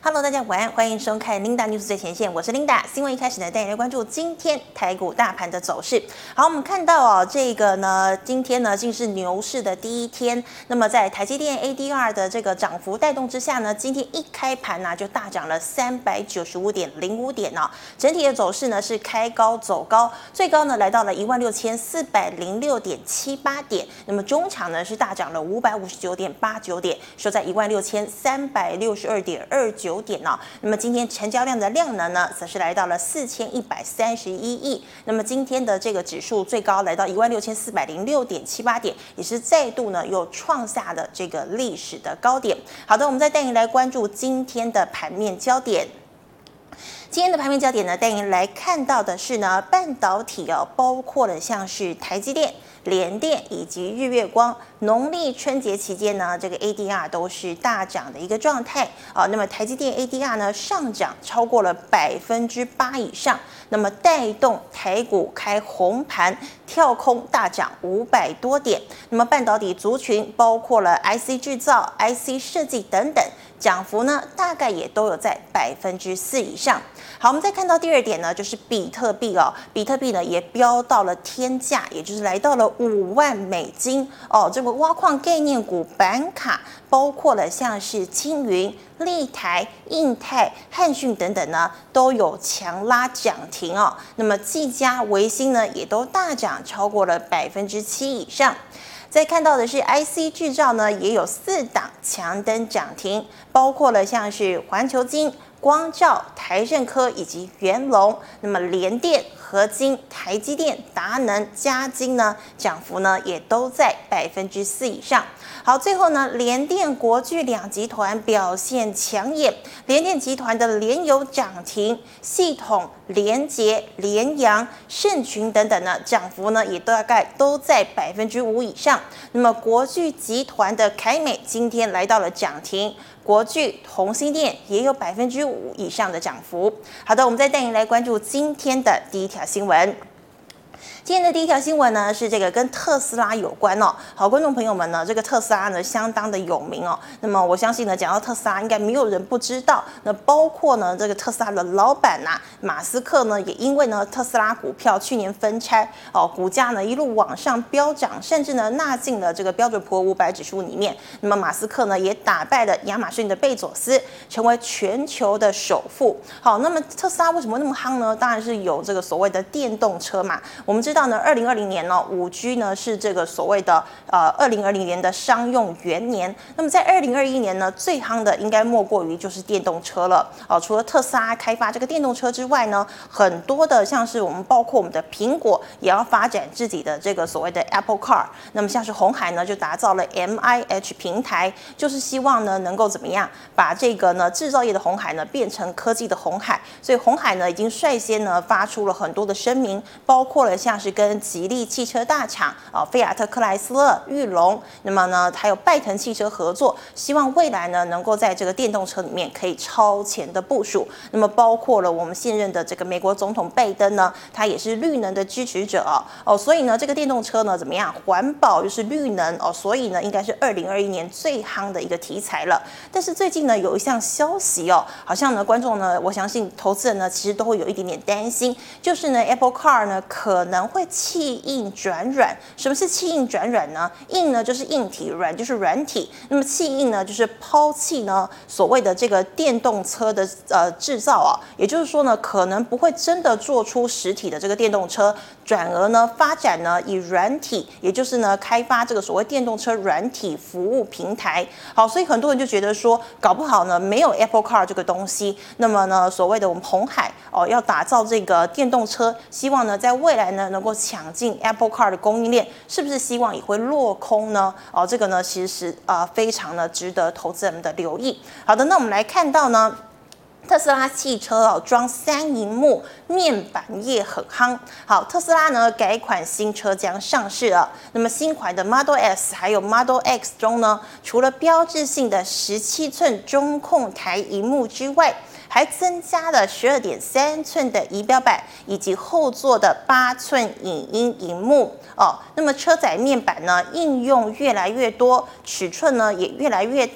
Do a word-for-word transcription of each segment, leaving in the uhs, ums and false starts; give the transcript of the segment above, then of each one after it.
Hello， 大家晚安，欢迎收看 Linda News 最前线，我是 Linda。新闻一开始呢，带你来关注今天台股大盘的走势。好，我们看到哦，这个呢，今天呢，竟是牛市的第一天。那么在台积电 A D R 的这个涨幅带动之下呢，今天一开盘呢、啊、就大涨了三百九十五点零五点哦。整体的走势呢是开高走高，最高呢来到了一万六千四百零六点七八点。那么中场呢是大涨了五百五十九点八九点，收在一万六千三百六十二点二九。点哦，那么今天成交量的量能呢，则是来到了四千一百三十一亿。那么今天的这个指数最高来到一万六千四百零六点七八点，也是再度呢又创下了这个历史的高点。好的，我们再带您来关注今天的盘面焦点。今天的盘面焦点呢，带您来看到的是呢，半导体哦，包括了像是台积电、联电以及日月光，农历春节期间呢，这个 A D R 都是大涨的一个状态啊。那么台积电 A D R 呢上涨超过了百分之八以上，那么带动台股开红盘，跳空大涨五百多点。那么半导体族群包括了 I C 制造、I C 设计等等，涨幅呢大概也都有在百分之四以上。好，我们再看到第二点呢，就是比特币哦，比特币呢也飙到了天价，也就是来到了五万美金哦。这个挖矿概念股板卡，包括了像是青云、立台、印泰、汉讯等等呢，都有强拉涨停哦。那么技嘉、微星呢，也都大涨超过了百分之七以上。再看到的是 I C 制造呢，也有四档强登涨停，包括了像是环球晶、光罩、台盛科以及元隆。那么联电、合金、台积电、达能、嘉晶呢，涨幅呢也都在百分之四以上。好，最后呢，联电、国巨两集团表现抢眼，联电集团的联友涨停，系统、联捷、联阳、盛群等等呢，涨幅呢也大概都在百分之五以上。那么国巨集团的凯美今天来到了涨停。国巨、同欣电也有百分之五以上的涨幅。好的，我们再带您来关注今天的第一条新闻。今天的第一条新闻呢，是这个跟特斯拉有关哦。好，观众朋友们呢，这个特斯拉呢相当的有名哦。那么我相信呢，讲到特斯拉，应该没有人不知道。那包括呢，这个特斯拉的老板呐、啊，马斯克呢，也因为呢特斯拉股票去年分拆哦，股价呢一路往上飙涨，甚至呢纳进了这个标准普尔五百指数里面。那么马斯克呢也打败了亚马逊的贝佐斯，成为全球的首富。好，那么特斯拉为什么那么夯呢？当然是有这个所谓的电动车嘛。我们知道呢，二零二零年呢，五 G 呢是这个所谓的呃二零二零年的商用元年。那么在二零二一年呢，最夯的应该莫过于就是电动车了哦。除了特斯拉开发这个电动车之外呢，很多的像是我们包括我们的苹果也要发展自己的这个所谓的 Apple Car。那么像是鸿海呢，就打造了 M I H 平台，就是希望呢能够怎么样把这个呢制造业的鸿海呢变成科技的鸿海。所以鸿海呢已经率先呢发出了很多的声明，包括了像是跟吉利汽车大厂啊、菲亚特克莱斯勒、裕隆，那么呢还有拜腾汽车合作，希望未来呢能够在这个电动车里面可以超前的部署。那么包括了我们现任的这个美国总统拜登呢，他也是绿能的支持者哦，哦所以呢这个电动车呢怎么样，环保就是绿能哦，所以呢应该是二零二一年最夯的一个题材了。但是最近呢有一项消息哦，好像呢观众呢，我相信投资人呢其实都会有一点点担心，就是呢 Apple Car 呢可能会弃硬转软。什么是弃硬转软呢？硬呢就是硬体，软就是软体。那么弃硬呢就是抛弃呢所谓的这个电动车的呃制造啊，也就是说呢可能不会真的做出实体的这个电动车，转而呢发展呢以软体，也就是呢开发这个所谓电动车软体服务平台。好，所以很多人就觉得说，搞不好呢没有 Apple Car 这个东西，那么呢所谓的我们鸿海哦要打造这个电动车，希望呢在未来呢能够抢进 Apple Car 的供应链，是不是希望也会落空呢？哦，这个呢其实啊、呃、非常呢值得投资人们的留意。好的，那我们来看到呢。特斯拉汽车哦，装三萤幕，面板业很夯。好，特斯拉呢改款新车将上市了。那么新款的 Model S 还有 Model X 中呢，除了标志性的十七寸中控台萤幕之外，还增加了十二点三寸的仪表板，以及后座的八寸影音萤幕哦。那么车载面板呢应用越来越多，尺寸呢也越来越大。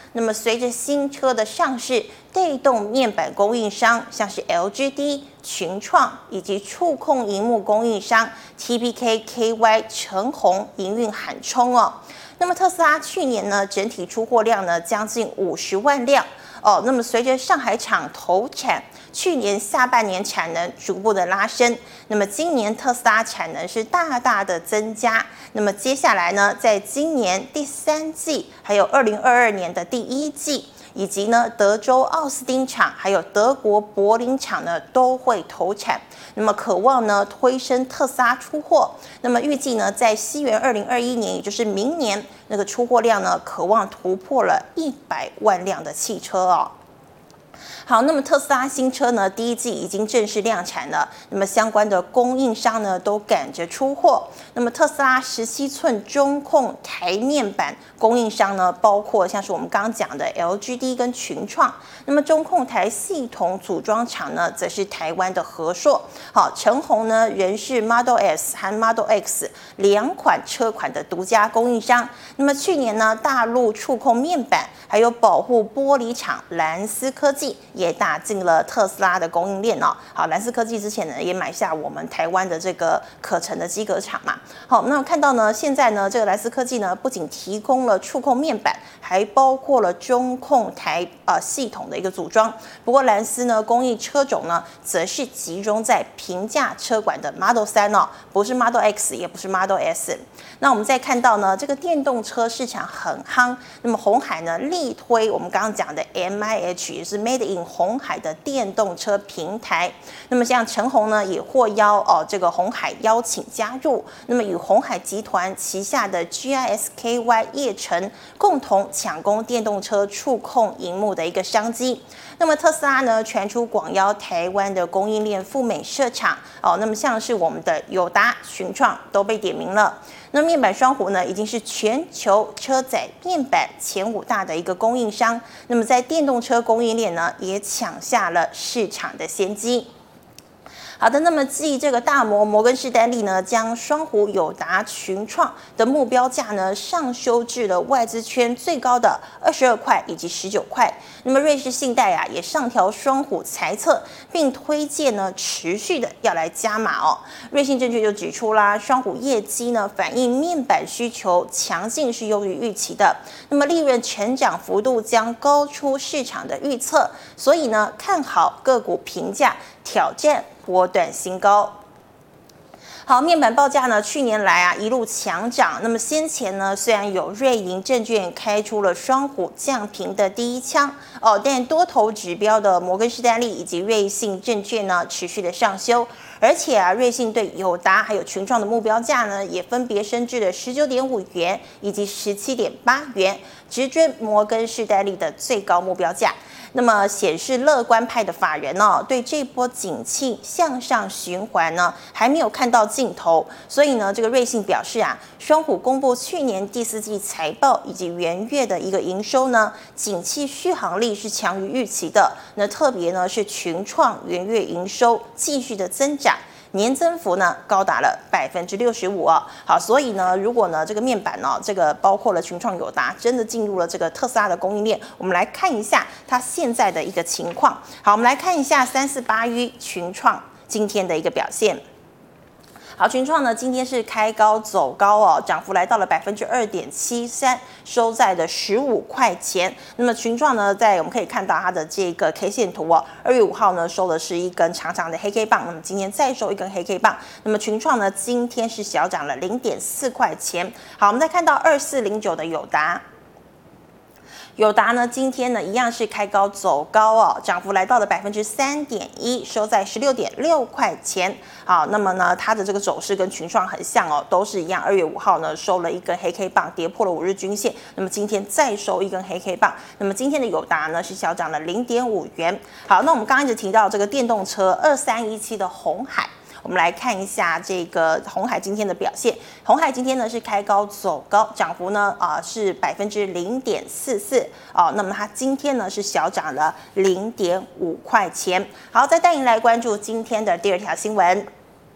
那么随着新车的上市，带动面板供应商像是 L G D、群创以及触控萤幕供应商 T P K、K Y、成鸿营运喊冲哦。那么特斯拉去年呢，整体出货量呢将近五十万辆哦。那么随着上海厂投产，去年下半年产能逐步的拉升，那么今年特斯拉产能是大大的增加。那么接下来呢，在今年第三季，还有二零二二年的第一季，以及呢德州奥斯汀厂，还有德国柏林厂呢都会投产。那么渴望呢推升特斯拉出货。那么预计呢，在西元二零二一年，也就是明年，那个出货量呢，渴望突破了一百万辆的汽车哦。好，那么特斯拉新车呢，第一季已经正式量产了。那么相关的供应商呢，都赶着出货。那么特斯拉十七寸中控台面板供应商呢，包括像是我们刚刚讲的 L G D 跟群创。那么中控台系统组装厂呢，则是台湾的和硕。好，成鸿呢，仍是 Model S 和 Model X 两款车款的独家供应商。那么去年呢，大陆触控面板还有保护玻璃厂蓝思科技也打进了特斯拉的供应链哦。好，蓝思科技之前呢也买下我们台湾的这个可成的机壳厂嘛。好，那我看到呢，现在呢这个蓝思科技呢不仅提供了触控面板，还包括了中控台呃系统的一个组装。不过蓝思呢供应车种呢，则是集中在平价车款的 Model 三哦，不是 Model X， 也不是 Model S。那我们再看到呢，这个电动车市场很夯，那么鸿海呢力推我们刚刚讲的 M I H， 也是 Made in 鸿海的电动车平台。那么像成鸿呢也获邀哦，这个鸿海邀请加入，那么与鸿海集团旗下的 G I S K Y 业成共同抢攻电动车触控萤幕的一个商机。那么特斯拉呢传出广邀台湾的供应链赴美设厂哦，那么像是我们的友达、群创都被点名了。那面板双虎呢，已经是全球车载面板前五大的一个供应商。那么在电动车供应链呢，也抢下了市场的先机。好的，那么继这个大摩摩根士丹利呢，将双虎、友达、群创的目标价呢上修至了外资圈最高的二十二块以及十九块。那么瑞士信贷啊也上调双虎财测，并推荐呢持续的要来加码哦。瑞信证券就指出啦，双虎业绩呢反映面板需求强劲是优于预期的，那么利润成长幅度将高出市场的预测，所以呢看好个股评价挑战波段新高。好，面板报价呢，去年来啊一路强涨。那么先前呢，虽然有瑞银证券开出了双虎降评的第一枪哦，但多头指标的摩根士丹利以及瑞信证券呢，持续的上修。而且啊，瑞信对友达还有群创的目标价呢，也分别升至了十九点五元以及十七点八元，直追摩根士丹利的最高目标价。那么显示乐观派的法人哦，对这波景气向上循环呢，还没有看到尽头。所以呢，这个瑞信表示啊，双虎公布去年第四季财报以及元月的一个营收呢，景气续航力是强于预期的。那特别呢是群创元月营收继续的增长。年增幅呢高达了百分之六十五哦。好，所以呢，如果呢这个面板呢、哦，这个包括了群创、友达，真的进入了这个特斯拉的供应链，我们来看一下它现在的一个情况。好，我们来看一下三四八一群创今天的一个表现。好，群创呢今天是开高走高哦，涨幅来到了百分之二点七三，收在的十五块钱。那么群创呢，在我们可以看到它的这个 K 线图哦，二月五号呢收的是一根长长的黑 K 棒，那么今天再收一根黑 K 棒。那么群创呢今天是小涨了零点四块钱。好，我们再看到二四零九的友达。友达呢，今天呢一样是开高走高哦，涨幅来到了百分之三点一，收在十六点六块钱。好，那么呢，它的这个走势跟群创很像哦，都是一样。二月五号呢收了一根黑 K 棒，跌破了五日均线。那么今天再收一根黑 K 棒。那么今天的友达呢是小涨了零点五元。好，那我们刚刚一直提到这个电动车二三一七的鸿海。我们来看一下这个鸿海今天的表现。鸿海今天呢是开高走高，涨幅呢啊、呃、是百分之零点四四哦。那么它今天呢是小涨了零点五块钱。好，再带您来关注今天的第二条新闻。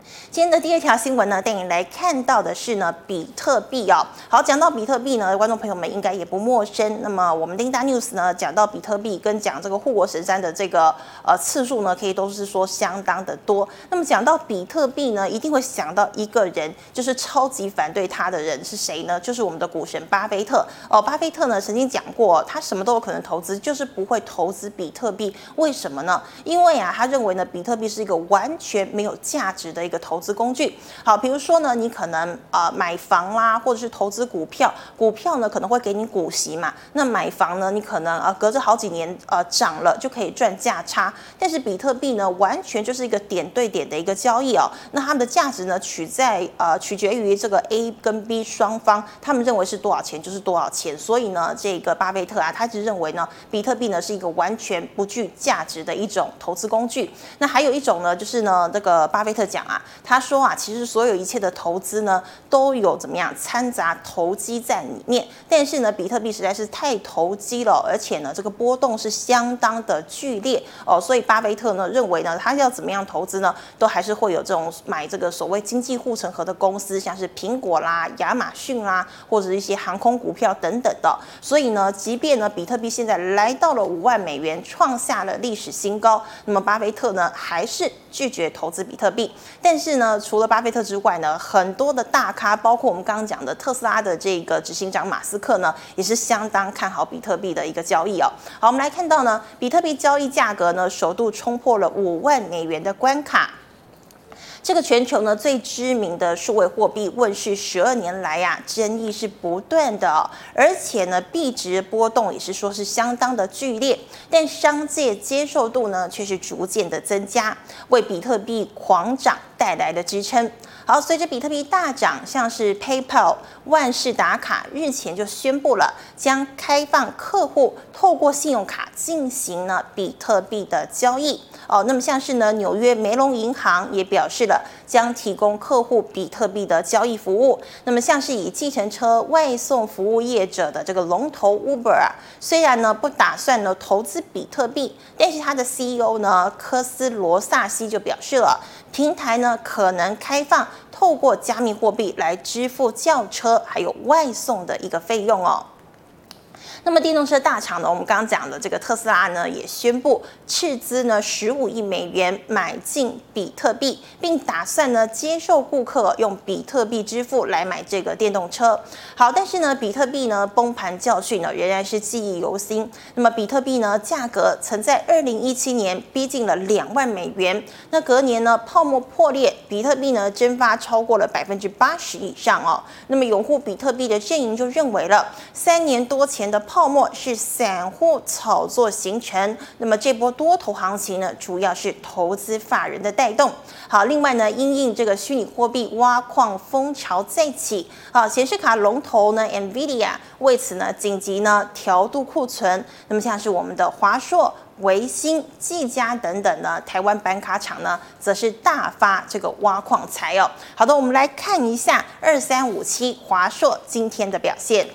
今天的第二条新闻呢，带您来看到的是呢，比特币哦。好，讲到比特币呢，观众朋友们应该也不陌生。那么我们 Linda News 呢，讲到比特币跟讲这个护国神山的这个呃次数呢，可以都是说相当的多。那么讲到比特币呢，一定会想到一个人，就是超级反对他的人是谁呢？就是我们的股神巴菲特哦。巴菲特呢曾经讲过，他什么都有可能投资，就是不会投资比特币。为什么呢？因为啊，他认为呢，比特币是一个完全没有价值的一个投资工具。好，比如说呢，你可能呃买房啦，或者是投资股票，股票呢可能会给你股息嘛。那买房呢，你可能呃隔着好几年呃涨了就可以赚价差。但是比特币呢，完全就是一个点对点的一个交易哦。那它们的价值呢，取在呃取决于这个 A 跟 B 双方，他们认为是多少钱就是多少钱。所以呢，这个巴菲特啊，他一直认为呢，比特币呢是一个完全不具价值的一种投资工具。那还有一种呢，就是呢，这个巴菲特讲啊，他说啊，其实所有一切的投资呢，都有怎么样掺杂投机在里面。但是呢，比特币实在是太投机了，而且呢，这个波动是相当的剧烈哦。所以巴菲特呢认为呢，他要怎么样投资呢，都还是会有这种买这个所谓经济护城河的公司，像是苹果啦、亚马逊啦，或者一些航空股票等等的。所以呢，即便呢，比特币现在来到了五万美元，创下了历史新高，那么巴菲特呢还是拒绝投资比特币。但是呢，除了巴菲特之外呢，很多的大咖，包括我们刚刚讲的特斯拉的这个执行长马斯克呢，也是相当看好比特币的一个交易哦。好，我们来看到呢，比特币交易价格呢，首度冲破了五万美元的关卡。这个全球呢最知名的数位货币问世十二年来呀、啊，争议是不断的、哦，而且呢币值波动也是说是相当的剧烈，但商界接受度呢却是逐渐的增加，为比特币狂涨带来了支撑。好，随着比特币大涨，像是 PayPal、万事达卡日前就宣布了，将开放客户透过信用卡进行呢比特币的交易。哦，那么像是呢纽约梅隆银行也表示了，将提供客户比特币的交易服务。那么像是以计程车外送服务业者的这个龙头 Uber 啊，虽然呢不打算呢投资比特币，但是它的 C E O 呢科斯罗萨西就表示了，平台呢可能开放透过加密货币来支付轿车还有外送的一个费用哦。那么电动车大厂呢，我们刚刚讲的这个特斯拉呢，也宣布斥资呢十五亿美元买进比特币，并打算呢接受顾客用比特币支付来买这个电动车。好，但是呢，比特币呢崩盘教训呢仍然是记忆犹新。那么比特币呢价格曾在二零一七年逼近了两万美元，那隔年呢泡沫破裂，比特币呢蒸发超过了百分之八十以上哦。那么拥护比特币的阵营就认为了，三年多前的泡沫是散户炒作形成，那么这波多头行情呢，主要是投资法人的带动。好，另外呢，因应这个虚拟货币挖矿风潮再起，好，显示卡龙头呢 Nvidia 为此呢紧急呢调度库存。那么像是我们的华硕、微星、技嘉等等呢，台湾板卡厂呢，则是大发这个挖矿财哦。好的，我们来看一下二三五七华硕今天的表现。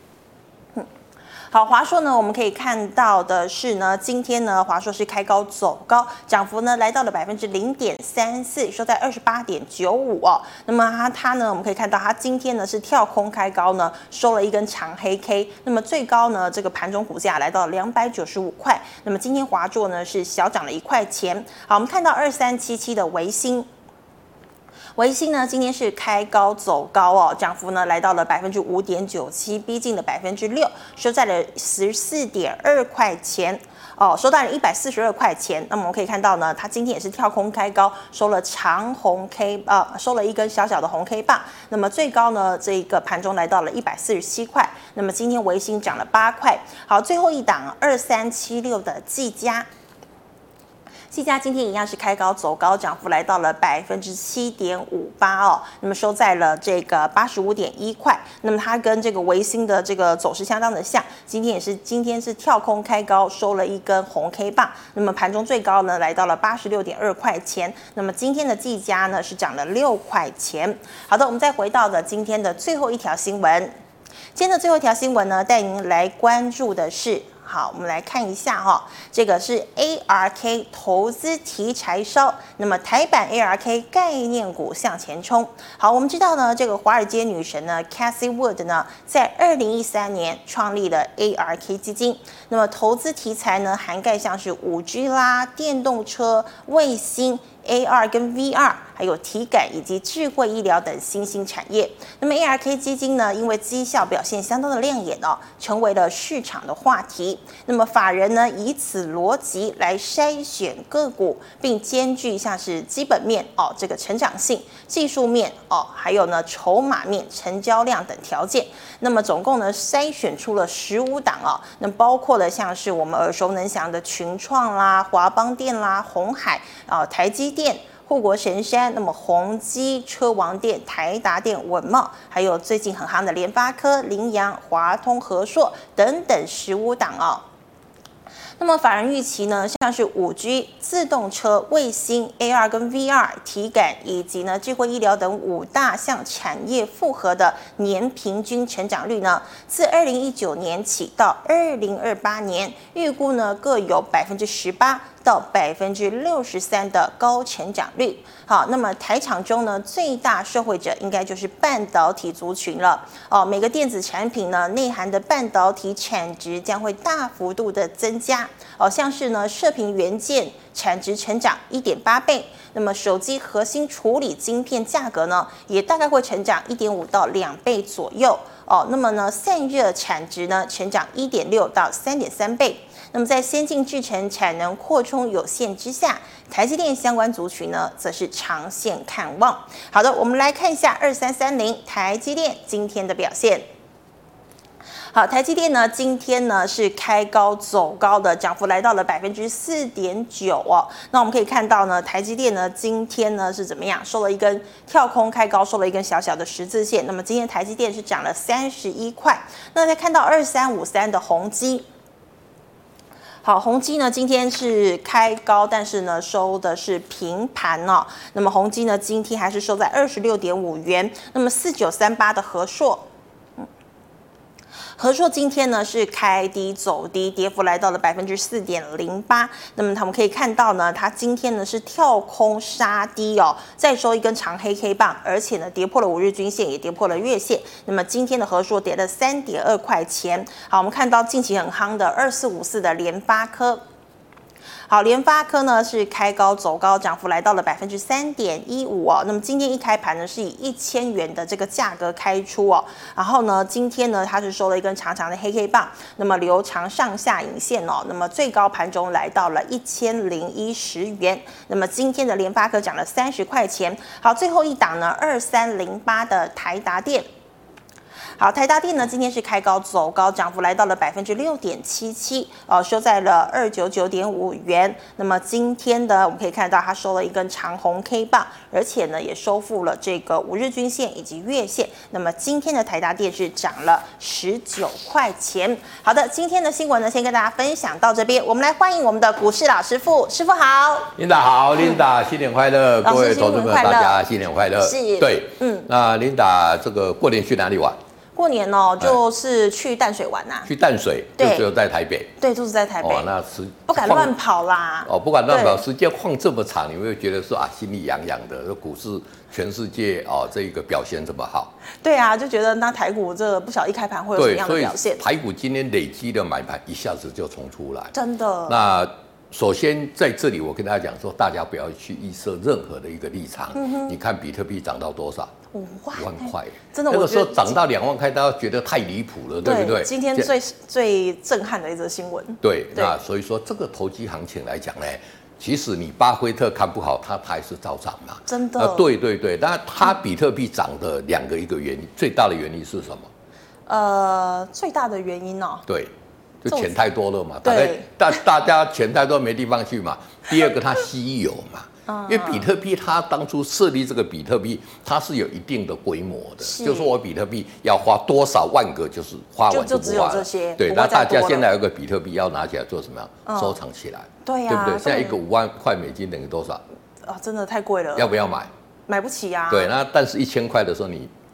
好，华硕呢，我们可以看到的是呢，今天呢，华硕是开高走高，涨幅呢来到了百分之零点三四，收在二十八点九五哦。那么它它呢，我们可以看到它今天呢是跳空开高呢，收了一根长黑 K。那么最高呢，这个盘中股价来到两百九十五块。那么今天华硕呢是小涨了一块钱。好，我们看到二三七七的微星。微星呢，今天是开高走高哦，涨幅呢来到了百分之五点九七，逼近了百分之六，收在了十四点二块钱哦，收到了一百四十二块钱。那么我们可以看到呢，它今天也是跳空开高，收了长红 K， 呃，收了一根小小的红 K 棒。那么最高呢，这个盘中来到了一百四十七块。那么今天微星涨了八块。好，最后一档二三七六的技嘉。技嘉今天一样是开高走高，涨幅来到了百分之七点五八哦，那么收在了这个八十五点一块。那么它跟这个微星的这个走势相当的像，今天也是今天是跳空开高，收了一根红 K 棒。那么盘中最高呢来到了八十六点二块钱。那么今天的技嘉呢是涨了六块钱。好的，我们再回到的今天的最后一条新闻。今天的最后一条新闻呢，带您来关注的是。 好，我们来看一下哈、哦，这个是 A R K 投资题材烧，那么台版 A R K 概念股向前冲。好，我们知道呢，这个华尔街女神呢 Cathie Wood 呢，在二零一三年创立了 A R K 基金，那么投资题材呢，涵盖像是五 G 啦、电动车、卫星。A R 跟 V R， 还有体感以及智慧医疗等新兴产业。那么 A R K 基金呢，因为绩效表现相当的亮眼哦，成为了市场的话题。那么法人呢，以此逻辑来筛选个股，并兼具像是基本面哦，这个成长性、技术面哦，还有呢筹码面、成交量等条件。那么总共呢筛选出了十五档哦，那包括了像是我们耳熟能详的群创啦、华邦电啦、鸿海啊、台积电、护国神山，那么宏基、车王电、台达电、稳懋，还有最近很夯的联发科、凌阳、华通、和硕等等十五档哦。那么法人预期呢，像是五 G、自动车、卫星、A R 跟 V R、体感以及呢智慧医疗等五大项产业复合的年平均成长率呢，自二零一九年起到二零二八年，预估呢各有百分之十八到百分之六十三的高成长率。好，那么台厂中呢，最大受惠者应该就是半导体族群了。哦，每个电子产品呢内含的半导体产值将会大幅度的增加。哦，像是呢射频元件产值成长 一点八倍，那么手机核心处理晶片价格呢，也大概会成长 一点五到两倍左右。哦，那么呢散热产值呢成长 一点六到三点三倍。那么在先进制程产能扩充有限之下，台积电相关族群呢，则是长线看望。好的，我们来看一下二三三零台积电今天的表现。好，台积电呢，今天呢是开高走高的，涨幅来到了百分之四点九哦。那我们可以看到呢，台积电呢今天呢是怎么样，收了一根跳空开高，收了一根小小的十字线。那么今天台积电是涨了三十一块。那再看到二三五三的宏基。好，宏基呢今天是开高，但是呢收的是平盘哦。那么宏基呢今天还是收在二十六点五元。那么四九三八的和硕。和硕今天呢是开低走低，跌幅来到了百分之四点零八。那么他们可以看到呢，它今天呢是跳空杀低哦，再收一根长黑 K 棒，而且呢跌破了五日均线，也跌破了月线。那么今天的和硕跌了三点二块钱。好，我们看到近期很夯的二四五四的联发科。好，联发科呢是开高走高，涨幅来到了百分之三点一五哦。那么今天一开盘呢是以一千元的这个价格开出哦。然后呢，今天呢它是收了一根长长的黑 K 棒，那么留长上下影线哦。那么最高盘中来到了一千零一十元。那么今天的联发科涨了三十块钱。好，最后一档呢二三零八的台达电。好，台达电呢今天是开高走高，涨幅来到了百分之六点七七，哦，收在了二九九点五元。那么今天的我们可以看到，它收了一根长红 K 棒，而且呢也收复了这个五日均线以及月线。那么今天的台达电是涨了十九块钱。好的，今天的新闻呢先跟大家分享到这边，我们来欢迎我们的股市老师傅，师傅好。 琳达好，琳达新年快乐，各位投资朋友大家新年快乐。 是， 对，嗯，那琳达这个过年去哪里玩？ 过年哦，就是去淡水玩呐、啊。 去淡水，就只有在台北。 对，就是在台北。 哦，那时不敢乱跑啦。 哦，不敢乱跑，时间晃这么长，你会觉得说啊，心里痒痒的。股市全世界哦，这个表现这么好。 对啊，就觉得那台股这不晓一开盘会有什么样的表现。 台股今天累积的买盘一下子就冲出来， 真的。 那首先在这里，我跟大家讲说，大家不要去预设任何的一个立场。嗯、你看比特币涨到多少？五万块，真的，那个时候涨到两万块，大家觉得太离谱了，对不对？ 今天最最震撼的一则新闻。 对，那所以说这个投机行情来讲呢，其实你巴菲特看不好，他他还是照涨嘛。 真的。 对对对，但他比特币涨的两个一个原因，最大的原因是什么？ 呃，最大的原因哦。 对。就钱太多了嘛，大家大大家钱太多没地方去嘛。第二个它稀有嘛，因为比特币它当初设立这个比特币，它是有一定的规模的，就是说我比特币要花多少万个，就是花完就不花了。对，那大家现在有个比特币要拿起来做什么样？收藏起来， 对呀， 对不对？现在一个五万块美金等于多少？ 啊，真的太贵了， 要不要买？ 买不起呀。 对，那但是一千块的时候你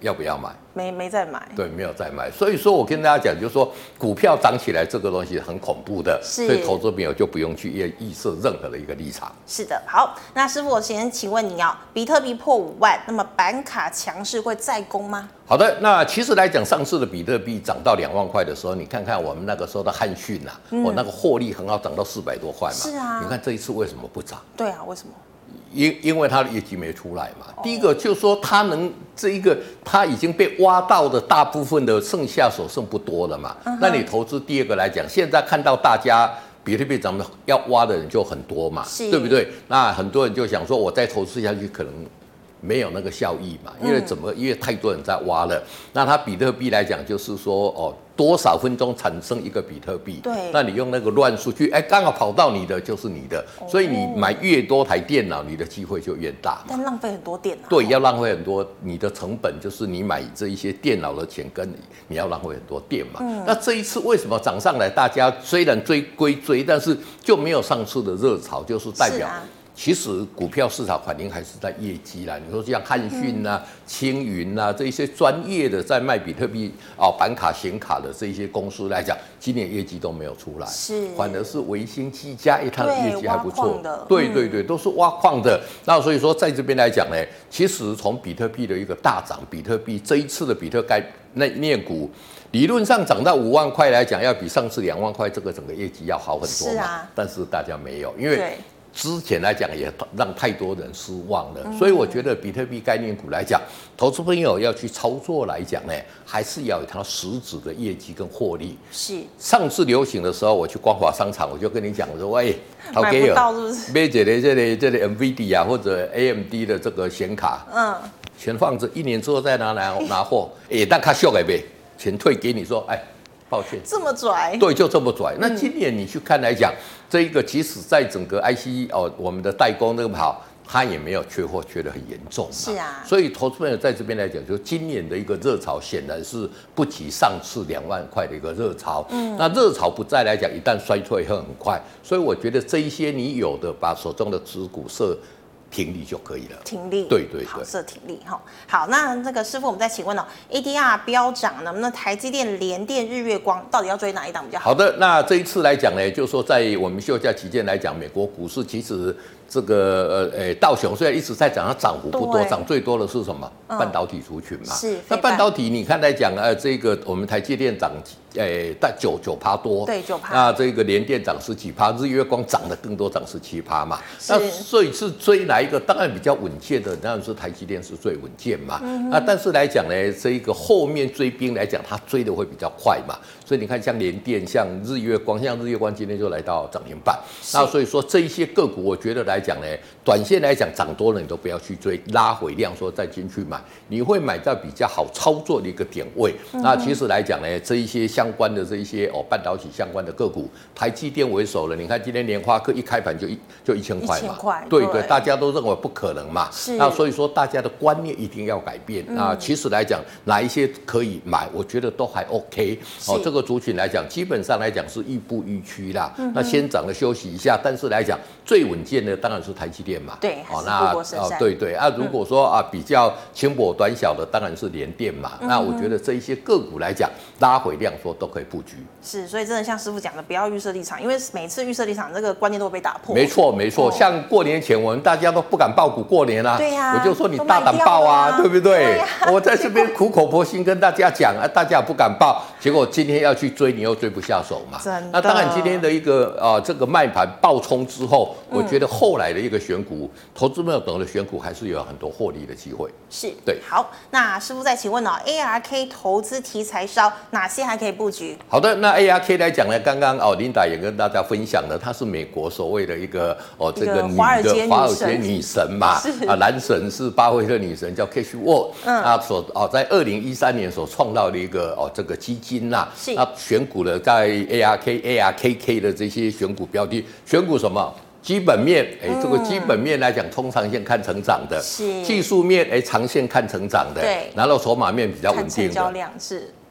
要不要买？ 没没再买， 对，没有再买。所以说我跟大家讲，就是说股票涨起来这个东西很恐怖的，所以投资朋友就不用去预设任何的一个立场。 是的，好，那师傅，我先请问你啊、哦，比特币破五万，那么板卡强势会再攻吗？ 好的，那其实来讲，上次的比特币涨到两万块的时候，你看看我们那个时候的汉讯啊，嗯、我那个获利很好，涨到四百多块嘛。 是啊， 你看这一次为什么不涨？ 对啊，为什么？ 因因为它的业绩没出来嘛。第一个就是说，它能这一个，它已经被挖到的大部分的剩下手剩不多了嘛。嗯、那你投资第二个来讲，现在看到大家比特币涨的要挖的人就很多嘛，对不对？那很多人就想说，我再投资下去可能没有那个效益嘛，因为怎么？因为太多人在挖了。那它比特币来讲，就是说哦。多少分钟产生一个比特币？ 对， 那你用那个乱数据，哎，刚好跑到你的就是你的，哦、所以你买越多台电脑，你的机会就越大。 但浪费很多电脑。 对，要浪费很多，你的成本就是你买这一些电脑的钱，跟你你要浪费很多电嘛。嗯、那这一次为什么涨上来？大家虽然追归追，但是就没有上次的热潮，就是代表。其实股票市场反映还是在业绩啦。你说像汉讯啊、青云啊这一些专业的在卖比特币啊、板卡、显卡的这一些公司来讲，今年业绩都没有出来， 是反而是微星、技嘉，哎，它的业绩还不错。 的对对对，都是挖矿的。那所以说，在这边来讲呢，其实从比特币的一个大涨，比特币这一次的比特概念股。理论上涨到五万块来讲，要比上次两万块这个整个业绩要好很多嘛。啊、但是大家没有，因为之前来讲也让太多人失望了。嗯、所以我觉得比特币概念股来讲，投资朋友要去操作来讲呢，还是要有它实质的业绩跟获利。 是。上次流行的时候，我去光华商场，我就跟你讲说，喂， 淘给有买这个这个这个 N V D A 或者 A M D 的这个显卡，嗯，钱放着，一年之后再拿来拿货，哎，但卡秀给呗。钱退给你说，哎，抱歉， 这么拽， 对，就这么拽。那今年你去看来讲，这一个即使在整个 I C 哦，我们的代工那个好，它也没有缺货，缺得很严重。 是啊， 所以投资朋友在这边来讲，就今年的一个热潮显然是不及上次两万块的一个热潮。嗯，那热潮不再来讲，一旦衰退会很快。所以我觉得这一些你有的，把手中的持股设停利就可以了， 停利， 对对对， 好设停利哈。好，那这个师傅，我们再请问哦 ，A D R 飙涨呢？那台积电、联电、日月光到底要追哪一档比较好？ 好的，那这一次来讲呢，就是说在我们休假期间来讲，美国股市其实这个呃呃道琼虽然一直在涨，它涨幅不多，涨最多的是什么？嗯、半导体族群嘛。 是。 那半导体你看来讲，呃，这个我们台积电涨。诶，大九九趴多， 对九趴。 那这个联电涨十几趴，日月光涨得更多，涨十七趴嘛。那所以是追哪一个？当然比较稳健的，当然是台积电是最稳健嘛。嗯、啊，但是来讲呢，这一个后面追兵来讲，它追的会比较快嘛。所以你看，像联电、像日月光，像日月光今天就来到涨停板。那所以说这一些个股，我觉得来讲呢，短线来讲涨多了你都不要去追，拉回量说再进去买，你会买到比较好操作的一个点位。嗯、那其实来讲呢，这一些相关的这一些哦半导体相关的个股，台积电为首了。你看今天联发科一开盘就一就一千块嘛，对对，大家都认为不可能嘛。那所以说大家的观念一定要改变。嗯、那其实来讲，哪一些可以买，我觉得都还 OK。哦，这个族群来讲，基本上来讲是亦步亦趋啦。嗯、那先涨了休息一下，但是来讲最稳健的当然是台积电嘛。 对， 哦那哦对对啊，如果说啊比较轻薄短小的，当然是联电嘛。嗯、那我觉得这一些个股来讲，拉回量说都可以布局。 是，所以真的像师傅讲的，不要预设立场，因为每次预设立场这个观念都会被打破。 没错没错，哦、像过年前我们大家都不敢报股过年啊。 对呀、啊， 我就说你大胆报啊，啊对不对？ 对啊、 我在这边苦口婆心跟大家讲啊，大家不敢报，结果今天要去追，你又追不下手嘛。那当然今天的一个啊、呃、这个卖盘爆冲之后，我觉得后来的一个选股，嗯、投资朋友懂的选股还是有很多获利的机会。 是， 对。 好，那师傅再请问哦 ，A R K 投资题材烧哪些还可以布局？ 好的，那 A R K 来讲呢，刚刚哦琳达也跟大家分享了，她是美国所谓的一个哦这个女的华尔街女神嘛，啊男神是巴菲特女神叫 Cash Ward， 嗯，啊所哦在二零一三年所创造的一个哦这个基金呐、啊，那选股的在 A R K、A R K K 的这些选股标的，选股什么？基本面，哎，这个基本面来讲，中长线看成长的；技术面，哎，长线看成长的。对。然后筹码面比较稳定的。 看成交量是。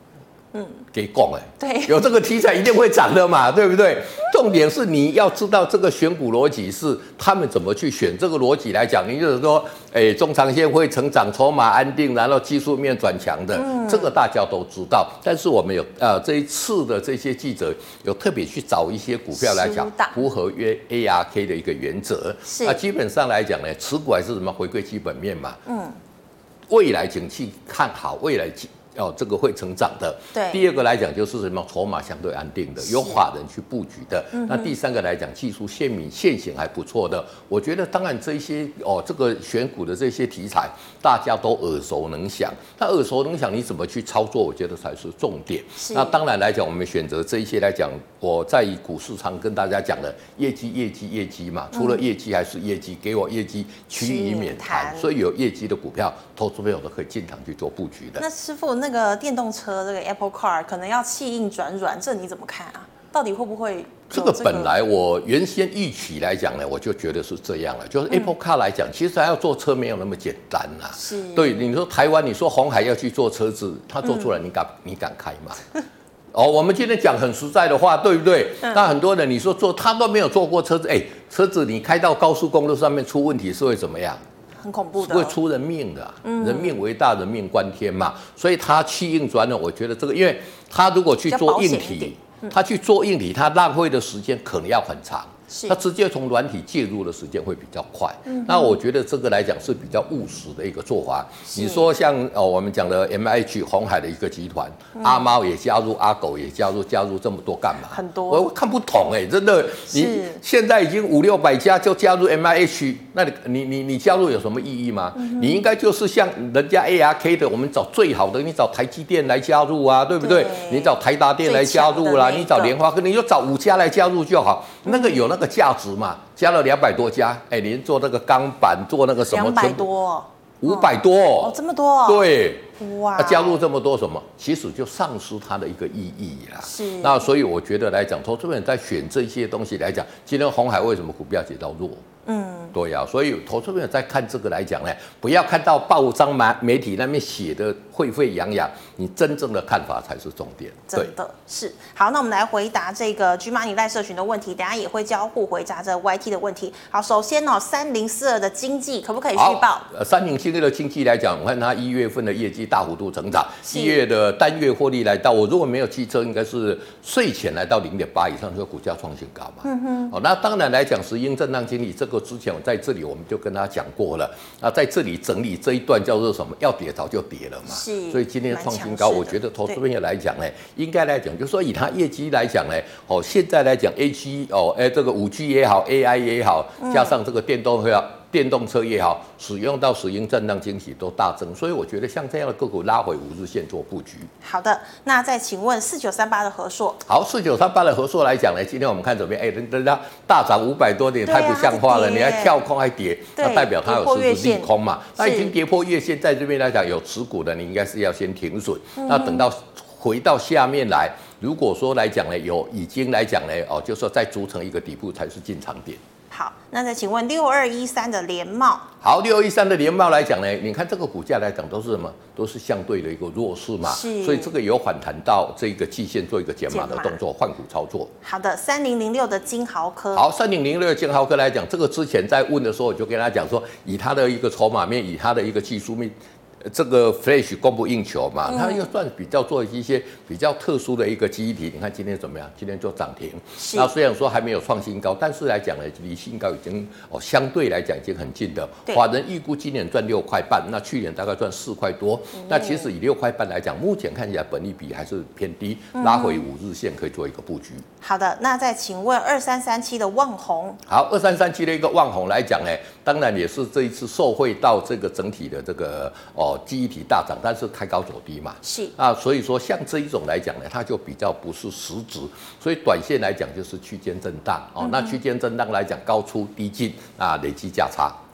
嗯，给供哎， 对， 有这个题材一定会涨的嘛，对不对？重点是你要知道这个选股逻辑是他们怎么去选。这个逻辑来讲，你就是说，哎，中长线会成长，筹码安定，然后技术面转强的，嗯、这个大家都知道。但是我们有呃这一次的这些记者有特别去找一些股票来讲，符合约 A R K 的一个原则。那基本上来讲呢，持股还是什么回归基本面嘛，嗯，未来景气看好，未来哦，这个会成长的。 对。 第二个来讲就是什么，筹码相对安定的，有法人去布局的。嗯、那第三个来讲，技术线明线型还不错的。我觉得当然这些哦，这个选股的这些题材，大家都耳熟能详。那耳熟能详，你怎么去操作？我觉得才是重点。那当然来讲，我们选择这一些来讲，我在股市常跟大家讲的业绩、业绩、业绩嘛。除了业绩还是业绩，给我业绩，其余免谈。所以有业绩的股票，投资朋友都可以进场去做布局的。 那师傅那个电动车这个 Apple Car 可能要气硬转软，这你怎么看啊？到底会不会、 这个？这个本来我原先预期来讲呢，我就觉得是这样了。就是 Apple Car 来讲，嗯、其实还要做车没有那么简单呐、啊。 是。 对，你说台湾，你说鸿海要去做车子，他做出来，你敢、嗯、你敢开吗？哦，我们今天讲很实在的话，对不对？嗯、那很多人你说做，他都没有做过车子，哎，车子你开到高速公路上面出问题是会怎么样？ 很恐怖的， 会出人命的、啊，嗯、人命为大，人命关天嘛。所以他气硬转软，我觉得这个，因为他如果去做硬体，嗯、他去做硬体，他浪费的时间可能要很长。他直接从软体介入的时间会比较快，嗯、那我觉得这个来讲是比较务实的一个做法。你说像哦我们讲的 M H 鸿海的一个集团，嗯、阿猫也加入，阿狗也加入，加入这么多干嘛？ 很多， 我看不懂哎、欸，真的，你现在已经五六百家就加入 M H， 那你你你你加入有什么意义吗？嗯、你应该就是像人家 A R K 的，我们找最好的，你找台积电来加入啊，对不对？对你找台达电来加入啦，你找联发科，你就找五家来加入就好，嗯、那个有那个价值嘛，加了两百多家，哎、欸，连做那个钢板，做那个什么， 两百多， 五百多， 哦，这么多， 对， 哇， 他加入这么多什么，其实就丧失它的一个意义啦。 是， 那所以我觉得来讲，投资人在选这些东西来讲，今天鸿海为什么股票跌到弱？嗯，对呀、啊，所以投资朋友在看这个来讲呢，不要看到报章媒媒体那边写的沸沸扬扬，你真正的看法才是重点。 真的是好，那我们来回答这个 G Money 赖社群的问题，等一下也会交互回答这 Y T 的问题。好，首先哦，三零四二的经济可不可以续报？ 呃，三零四二的经济来讲，我看它一月份的业绩大幅度成长，一月的单月获利来到，我如果没有记错，应该是税前来到零点八以上，这个股价创新高嘛。嗯哼。哦，那当然来讲，石英震荡经理这个之前我在这里我们就跟他讲过了，那在这里整理这一段叫做什么？要跌早就跌了嘛。 是。 所以今天创新高，我觉得投资朋友来讲呢，应该来讲，就是说以它业绩来讲呢，哦，现在来讲 A G 哦，哎，这个五 G 也好 ，A I 也好，加上这个电动车、电动车也好，使用到石英震荡惊喜都大增，所以我觉得像这样的个股拉回五日线做布局。 好的，那再请问四九三八的和硕， 好，四九三八的和硕来讲呢，今天我们看怎么样？哎，人家大涨五百多点，太不像话了，你还跳空还跌，那代表它有是不是利空嘛？那已经跌破月线，在这边来讲有持股的，你应该是要先停损，嗯、那等到回到下面来，如果说来讲呢，有已经来讲呢，哦，就说再组成一个底部才是进场点。 好，那再请问六二一三的联茂， 好，六二一三的联茂来讲呢，你看这个股价来讲都是什么？都是相对的一个弱势嘛，所以这个有反弹到这个季线做一个减码的动作，换股操作。 好的，三零零六的金豪科， 好，三零零六的金豪科来讲，这个之前在问的时候，我就跟他讲说，以他的一个筹码面，以他的一个技术面。这个 Flash 供不应求嘛，它又算比较做一些比较特殊的一个记忆体。你看今天怎么样？今天做涨停。那虽然说还没有创新高，但是来讲呢，离新高已经哦相对来讲已经很近的。法人预估今年赚六块半，那去年大概赚四块多。嗯、那其实以六块半来讲，目前看起来本益比还是偏低，拉回五日线可以做一个布局。 好的，那再请问二三三七的旺宏， 好，二三三七的一个旺宏来讲呢，当然也是这一次受惠到这个整体的这个哦。记忆体大涨，但是开高走低嘛， 是啊，所以说像这一种来讲呢，它就比较不是实质，所以短线来讲就是区间震荡哦。嗯、那区间震荡来讲，高出低进啊，累积价差。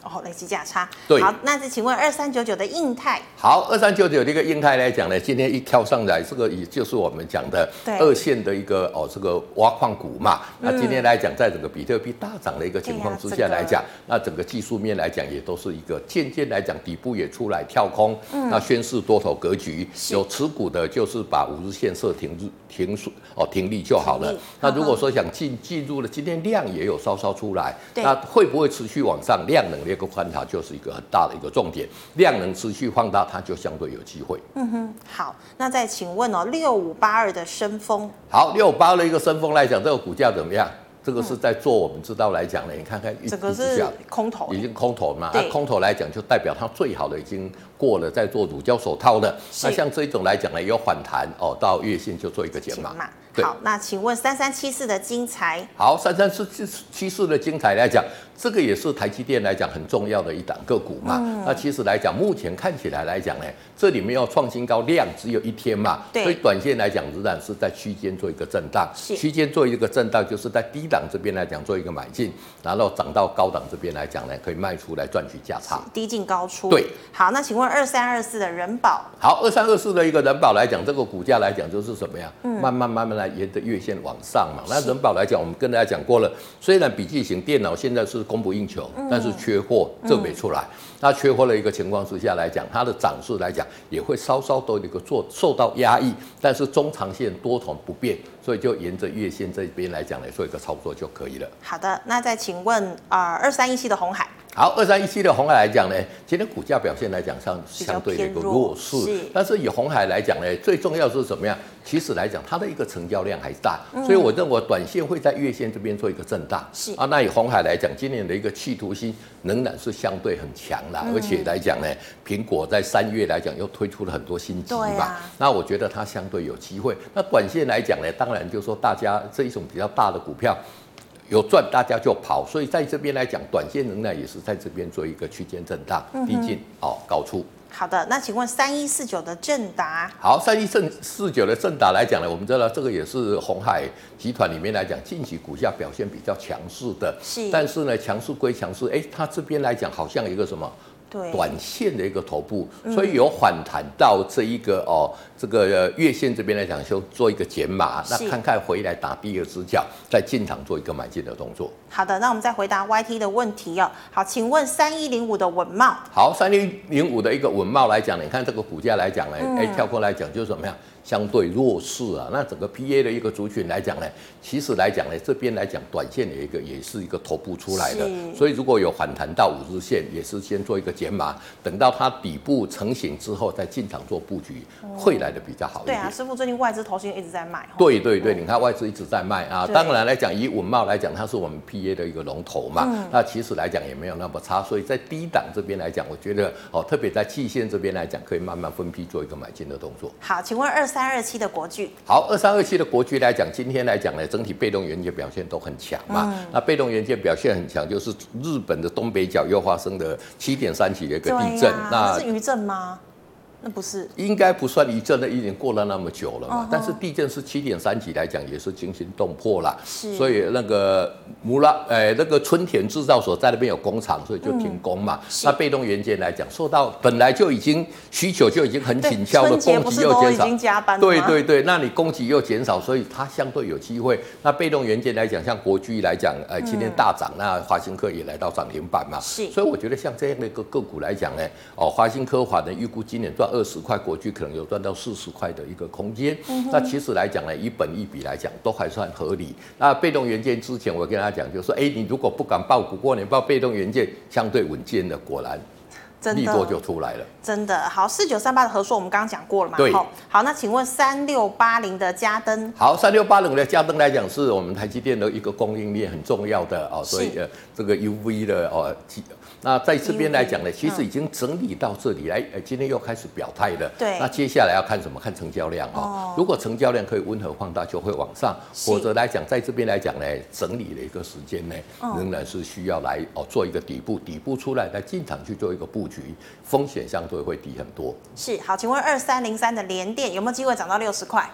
哦，累积价差。 对， 好，那再请问二三九九的印泰， 好，二三九九这个印泰来讲呢，今天一跳上来，这个也就是我们讲的二线的一个哦，这个挖矿股嘛。嗯、那今天来讲，在整个比特币大涨的一个情况之下来讲，啊这个、那整个技术面来讲，也都是一个渐渐来讲底部也出来跳空，嗯、那宣示多头格局。有持股的，就是把五日线设停停哦停利就好了。那如果说想进进入了，今天量也有稍稍出来，那会不会持续往上？量能的一个观察就是一个很大的一个重点，量能持续放大，它就相对有机会。 嗯哼，好，那再请问哦，六五八二的深丰， 好，六五八二的一个深丰来讲，这个股价怎么样？这个是在做我们知道来讲呢，你看看一整个是空头， 已经空头嘛，那空头来讲就代表它最好的已经过了，在做乳胶手套的。那像这一种来讲呢，有反弹哦，到月线就做一个减码。 好，那请问三三七四的精材， 好，三三七四的精材来讲，这个也是台积电来讲很重要的一档个股嘛。嗯、那其实来讲，目前看起来来讲呢，这里面要创新高，量只有一天嘛，所以短线来讲仍然是在区间做一个震荡，区间做一个震荡，就是在低档这边来讲做一个买进，然后涨到高档这边来讲呢，可以卖出来赚取价差， 低进高出。 对， 好，那请问二三二四的人保， 好，二三二四的一个人保来讲，这个股价来讲就是什么呀？嗯、慢慢慢慢来沿着月线往上嘛。那人保来讲，我们跟大家讲过了，虽然笔记型电脑现在是供不应求，嗯、但是缺货这没出来。嗯、那缺货的一个情况之下来讲，它的涨势来讲也会稍稍都一个做受到压抑，但是中长线多头不变，所以就沿着月线这边来讲来做一个操作就可以了。 好的，那再请问啊，二三一七的鸿海。 好，二三一七的鸿海来讲呢，今天股价表现来讲上相对的一个弱势，但是以鸿海来讲呢，最重要是怎么样？其实来讲，它的一个成交量还大，嗯、所以我认为短线会在月线这边做一个震荡。是啊，那以鸿海来讲，今年的一个企图心仍然是相对很强啦，嗯、而且来讲呢，苹果在三月来讲又推出了很多新机嘛，啊、那我觉得它相对有机会。那短线来讲呢，当然就说大家这一种比较大的股票。有赚大家就跑，所以在这边来讲，短线仍然也是在这边做一个区间震荡，低进哦高出。 好的，那请问三一四九的正达， 好，三一四九的正达来讲呢，我们知道这个也是鸿海集团里面来讲，近期股价表现比较强势的，是，但是呢，强势归强势，哎，它这边来讲好像有一个什么？短线的一个头部，所以有反弹到这一个哦，这个月线这边来讲，就做一个减码，那看看回来打第二只脚，再进场做一个买进的动作。 好的，那我们再回答 Y T 的问题哦。好，请问三一零五的稳懋， 好，三一零五的一个稳懋来讲，你看这个股价来讲呢，哎、嗯，跳过来讲就是怎么样？相对弱势啊，那整个 P A 的一个族群来讲呢，其实来讲呢，这边来讲短线的一个也是一个头部出来的，所以如果有反弹到五日线，也是先做一个减码，等到它底部成型之后再进场做布局，嗯、会来的比较好一点。 对啊，师傅最近外资投信一直在卖。 对对对，你看外资一直在卖啊。当然来讲，以稳懋来讲，它是我们 P A 的一个龙头嘛，嗯、那其实来讲也没有那么差，所以在低档这边来讲，我觉得哦，特别在季线这边来讲，可以慢慢分批做一个买进的动作。 好，请问二三二七的国巨， 好，二三二七的国巨来讲，今天来讲呢，整体被动元件表现都很强嘛。嗯、那被动元件表现很强，就是日本的东北角又发生的七点三级的一个地震， 啊、那是余震吗？那不是， 应该不算余震的，已经过了那么久了嘛。Uh-huh. 但是地震是七点三级来讲，也是惊心动魄啦。是，所以那个穆拉，呃，那个春田制造所在那边有工厂，所以就停工嘛。嗯、那被动元件来讲，受到本来就已经需求就已经很紧俏的，供给又减少， 加班对对对，那你供给又减少，所以它相对有机会。那被动元件来讲，像国巨来讲，呃，今天大涨，嗯、那华新科也来到涨停板嘛。是，所以我觉得像这样的一个个股来讲呢，哦，华新科法人预估今年赚二十块，国巨可能有赚到四十块的一个空间。嗯、那其实来讲呢，以本益比来讲，都还算合理。那被动元件之前我跟大家讲，就是说，哎，你如果不敢报股，过年报被动元件相对稳健的，果然。利多就出来了， 真的好。四九三八的和硕我们刚刚讲过了嘛？ 对。 好，那请问三六八零的嘉登？ 好，三六八零的嘉登来讲，是我们台积电的一个供应链很重要的哦，所以呃，这个 U V 的哦，那在这边来讲呢，其实已经整理到这里来，呃，今天又开始表态了。对。那接下来要看什么？看成交量哦。如果成交量可以温和放大，就会往上；否则来讲，在这边来讲呢，整理的一个时间呢，仍然是需要来哦做一个底部，底部出来再进场去做一个布局。风险相对会低很多。 是，好，请问二三零三的联电有没有机会涨到六十块？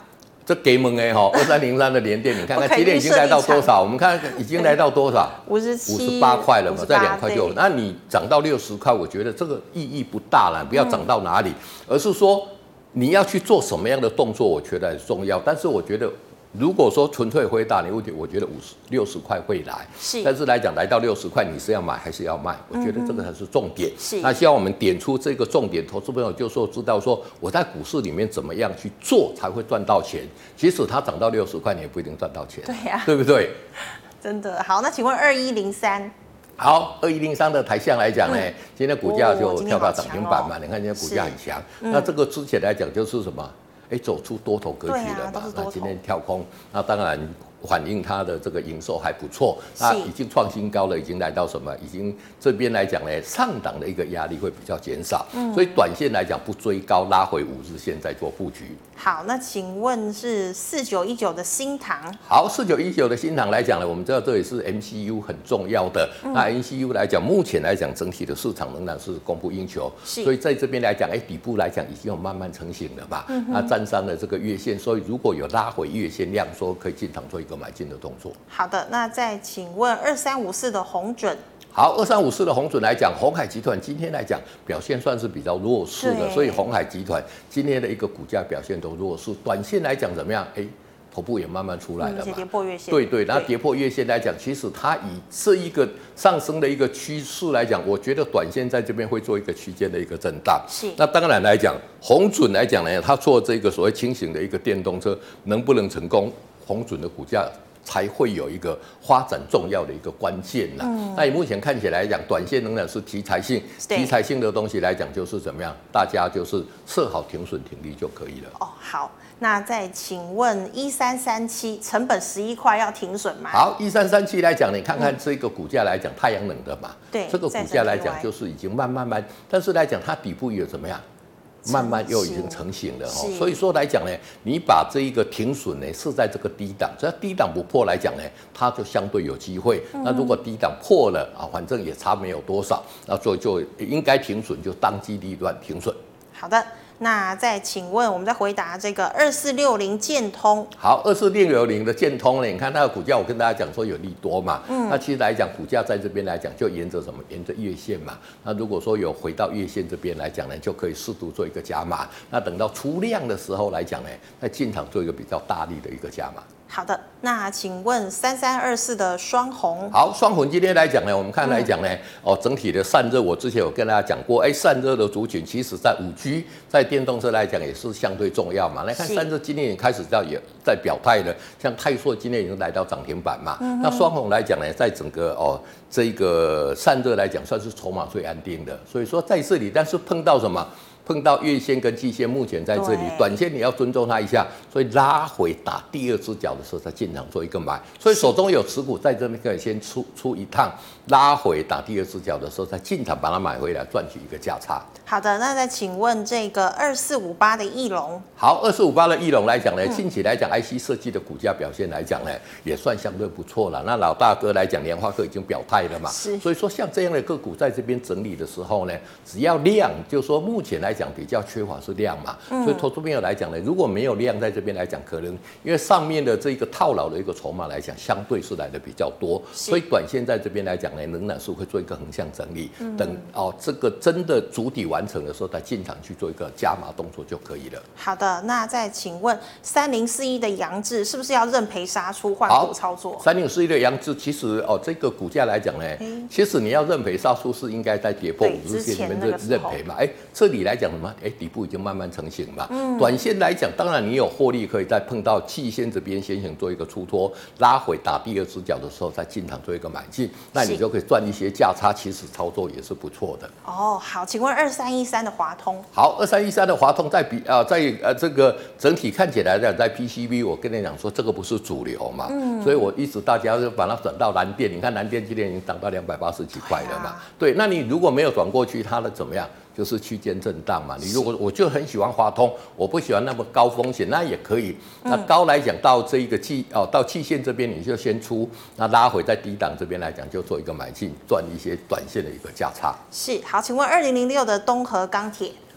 这给猛哎哈，二三零三的联电，你看看今天已经来到多少？我们看已经来到多少？ 五十七、 五十八块了嘛，在两块就。 对那你涨到六十块，我觉得这个意义不大了，不要涨到哪里，嗯、而是说你要去做什么样的动作，我觉得很重要。但是我觉得。如果说纯粹回答你问题，我觉得五十六十块会来， 是， 但是来讲来到六十块，你是要买还是要卖？我觉得这个才是重点。 是， 那希望我们点出这个重点，投资朋友就说知道说我在股市里面怎么样去做才会赚到钱。即使它涨到六十块，你也不一定赚到钱， 对呀、啊， 对不对？ 真的好，那请问二一零三。 好，二一零三的台象来讲呢，嗯、今天股价就跳到涨停板嘛， 哦、 你看今天股价很强。嗯、那这个之前来讲就是什么？哎，走出多头格局了嘛？ 啊、 那今天跳空，那当然反映它的这个营收还不错，那已经创新高了，已经来到什么？已经这边来讲呢，上档的一个压力会比较减少，嗯、所以短线来讲不追高，拉回五日线再做布局。 好，那请问是四九一九的新唐？ 好，四九一九的新唐来讲呢，我们知道这也是 M C U 很重要的。嗯、那 M C U 来讲，目前来讲整体的市场仍然是供不应求，所以在这边来讲，哎，底部来讲已经有慢慢成型了嘛。嗯、那站上了这个月线，所以如果有拉回月线量缩，可以进场做一个买进的动作。 好的，那再请问二三五四的鸿准。 好，二三五四的鸿准来讲，鸿海集团今天来讲表现算是比较弱势的，所以鸿海集团今天的一个股价表现都弱势。短线来讲怎么样？哎，头部也慢慢出来了嘛， 跌破月线。 对对，那跌破月线来讲，其实它以这一个上升的一个趋势来讲，我觉得短线在这边会做一个区间的一个震荡。 是。 那当然来讲，鸿准来讲呢，它做这个所谓轻型的一个电动车能不能成功，鸿准的股价才会有一个发展重要的一个关键啦。嗯、那以目前看起来讲，短线仍然是题材性，题材性的东西来讲，就是怎么样，大家就是设好停损停利就可以了。 哦，好，那再请问一三三七成本十一块要停损吗？ 好，一三三七来讲，你看看这个股价来讲，太阳能的嘛， 对， 这个股价来讲就是已经慢慢慢，但是来讲它底部有怎么样？慢慢又已经成型了哈，所以说来讲呢，你把这一个停损呢设在这个低档，只要低档不破来讲呢，它就相对有机会。嗯、那如果低档破了啊，反正也差没有多少，那所以就应该停损，就当机立断停损。 好的。那再请问，我们再回答这个二四六零建通。 好，二四六零的建通呢，你看它的股价，我跟大家讲说有利多嘛。嗯。那其实来讲，股价在这边来讲，就沿着什么？沿着月线嘛。那如果说有回到月线这边来讲呢，就可以适度做一个加码。那等到出量的时候来讲呢，再进场做一个比较大力的一个加码。 好的，那请问三三二四的双红。 好，双红今天来讲呢，我们看来讲呢，嗯、哦，整体的散热，我之前有跟大家讲过，哎，散热的族群，其实在五 G 在电动车来讲也是相对重要嘛。来看散热今天也开始在也在表态了，像泰硕今天已经来到涨停板嘛。嗯、那双红来讲呢，在整个哦这个散热来讲，算是筹码最安定的。所以说在这里，但是碰到什么？碰到月线跟季线，目前在这里，短线你要尊重它一下，所以拉回打第二只脚的时候再进场做一个买，所以手中有持股在这边可以先出出一趟，拉回打第二只脚的时候再进场把它买回来，赚取一个价差。 好的，那再请问这个二四五八的翼龙。 好，二四五八的翼龙来讲呢，近期来讲 I C 设计的股价表现来讲呢，也算相对不错了。那老大哥来讲，联发科已经表态了嘛，所以说像这样的个股在这边整理的时候呢，只要量，就是说目前来讲比较缺乏是量嘛，嗯、所以投资朋友来讲呢，如果没有量在这边来讲，可能因为上面的这个套牢的一个筹码来讲，相对是来的比较多，所以短线在这边来讲呢，仍然是会做一个横向整理，嗯、等哦这个真的主体完成的时候，再进场去做一个加码动作就可以了。 好的，那再请问三零四一的扬智是不是要认赔杀出换股操作？ 三零四一的扬智其实哦这个股价来讲呢，欸、其实你要认赔杀出是应该在跌破五日线里面认认赔嘛，哎、欸，这里来讲什么？哎、欸，底部已经慢慢成型嘛。嗯、短线来讲，当然你有获利，可以再碰到季线这边先行做一个出脱，拉回打第二只脚的时候，再进场做一个买进，那你就可以赚一些价差，其实操作也是不错的。 哦，好，请问二三一三的华通。 好，二三一三的华通在比啊、呃，在呃这个整体看起来的在 P C B， 我跟你讲说这个不是主流嘛，嗯、所以我一直大家就把它转到蓝电，你看蓝电今天已经涨到两百八十几块了嘛，哎、对，那你如果没有转过去，它的怎么样？就是区间震荡嘛。你如果我就很喜欢华通，我不喜欢那么高风险，那也可以。那高来讲到这一个季哦，到季线这边你就先出，那拉回在低档这边来讲就做一个买进，赚一些短线的一个价差。 是好，请问二零零六的东和钢铁。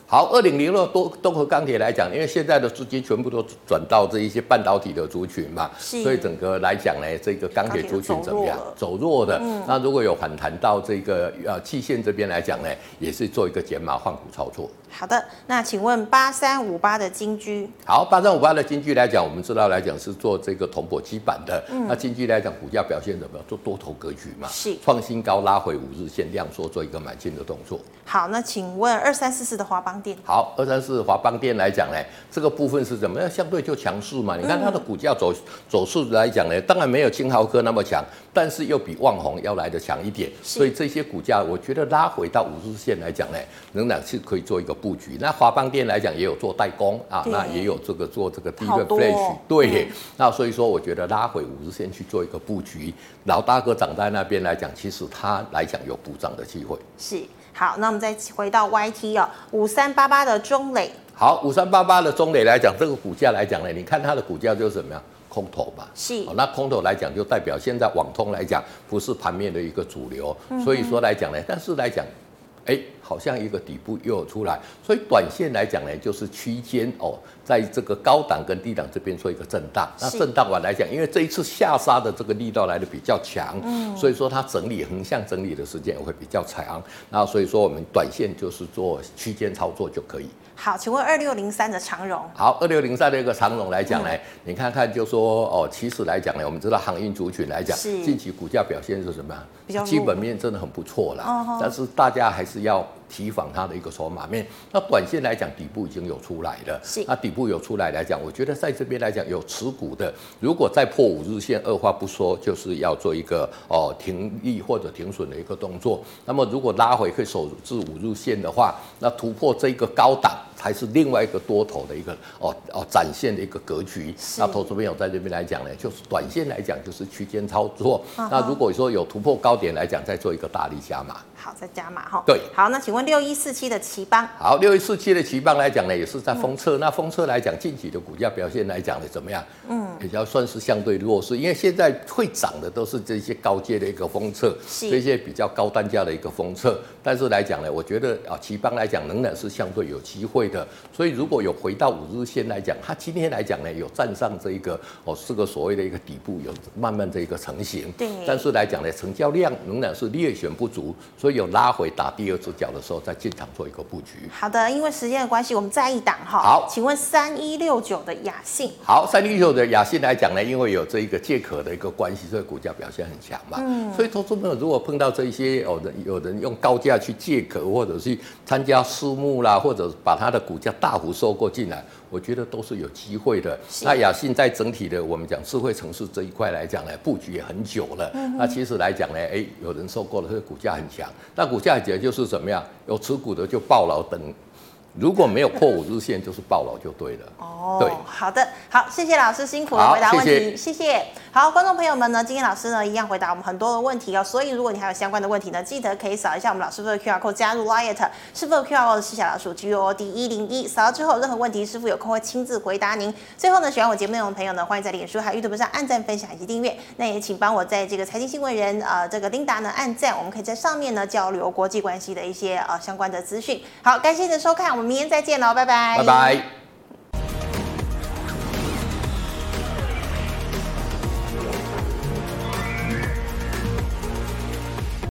好，二零零六东东和钢铁来讲，因为现在的资金全部都转到这一些半导体的族群嘛，所以整个来讲呢，这个钢铁族群怎么样？走弱的。嗯、那如果有反弹到这个呃期线这边来讲呢，也是做一个减码换股操作。 好的，那请问八三五八的金居， 好，八三五八的金居来讲，我们知道来讲是做这个铜箔基板的，嗯、那金居来讲股价表现怎么样？做多头格局嘛， 是创新高拉回五日线量缩做一个买进的动作。 好，那请问二三四四的华邦电， 好，二三四华邦电来讲呢，这个部分是怎么样？相对就强势嘛。你看它的股价走、嗯、走势来讲呢，当然没有金豪科那么强，但是又比旺宏要来的强一点，所以这些股价我觉得拉回到五日线来讲呢，仍然是可以做一个布局。那华邦电来讲也有做代工啊，那也有这个做这个低润 flash， 对、嗯，那所以说我觉得拉回五日线去做一个布局，老大哥涨在那边来讲，其实它来讲有补涨的机会。 是。好，那我们再回到 Y T 哦，五三八八的中磊。 好，五三八八的中磊来讲，这个股价来讲呢，你看它的股价就是怎么样？空头吧， 是、 哦，那空头来讲，就代表现在网通来讲不是盘面的一个主流，嗯、所以说来讲呢，但是来讲，哎，好像一个底部又有出来，所以短线来讲呢，就是区间哦，在这个高档跟低档这边做一个震荡。那震荡完来讲，因为这一次下杀的这个力道来的比较强，嗯，所以说它整理横向整理的时间也会比较长。然后所以说我们短线就是做区间操作就可以。 好，请问二六零三的长荣。 好，二六零三的一个长荣来讲呢，嗯、你看看就说哦，其实来讲呢，我们知道航运族群来讲，近期股价表现是什么样？ 比较基本面真的很不错啦，哦、但是大家还是要提防它的一个筹码面。那短线来讲，底部已经有出来了， 是。 那底部有出来来讲，我觉得在这边来讲有持股的，如果再破五日线，二话不说就是要做一个哦停利或者停损的一个动作。那么如果拉回可以守至五日线的话，那突破这个高档。才是另外一个多头的一个哦哦展现的一个格局。那投资朋友在这边来讲呢，就是短线来讲就是区间操作。Uh-huh. 那如果说有突破高点来讲，再做一个大力加码。 好，再加码哈。 对。 好，那请问六一四七的奇邦。 好，六一四七的奇邦来讲呢，也是在封测。嗯、那封测来讲，近期的股价表现来讲呢，怎么样？嗯，比较算是相对弱势，因为现在会涨的都是这些高阶的一个封测，这些比较高单价的一个封测。但是来讲呢，我觉得啊，奇邦来讲仍然是相对有机会的。所以如果有回到五日线来讲，它今天来讲呢，有站上这一个哦，这个所谓的一个底部有慢慢的一个成型。 对。 但是来讲呢，成交量仍然是略显不足，所以有拉回打第二只脚的时候，再进场做一个布局。 好的，因为时间的关系，我们再一档哈。 好， 请问三一六九的雅信。 好，三一六九的雅信来讲呢，因为有这一个借壳的一个关系，所以股价表现很强嘛。嗯。所以投资朋友如果碰到这一些有人有人用高价去借壳，或者是参加私募啦，或者把它的股价大幅收购进来，我觉得都是有机会的。那雅信在整体的我们讲智慧城市这一块来讲呢，布局也很久了。嗯、那其实来讲呢，哎，有人收购了，这个股价很强。那股价很强就是怎么样？有持股的就抱牢等。如果没有破五日线，就是抱牢就对了。 哦，对，好的，好，谢谢老师辛苦的回答问题，谢谢。谢谢好，观众朋友们呢，今天老师呢一样回答我们很多的问题哦。所以如果你还有相关的问题呢，记得可以扫一下我们老师傅的 Q R code 加入 Light， 师傅的 Q R code 是小老鼠 G O D 一零一，扫了之后任何问题，师傅有空会亲自回答您。最后呢，喜欢我节目内容的朋友呢，欢迎在脸书还有 YouTube 上按赞、分享以及订阅。那也请帮我在这个财经新闻人呃这个 Linda 呢按赞，我们可以在上面呢交流国际关系的一些呃相关的资讯。好，感谢你的收看，我们明天再见喽，拜拜， 拜拜。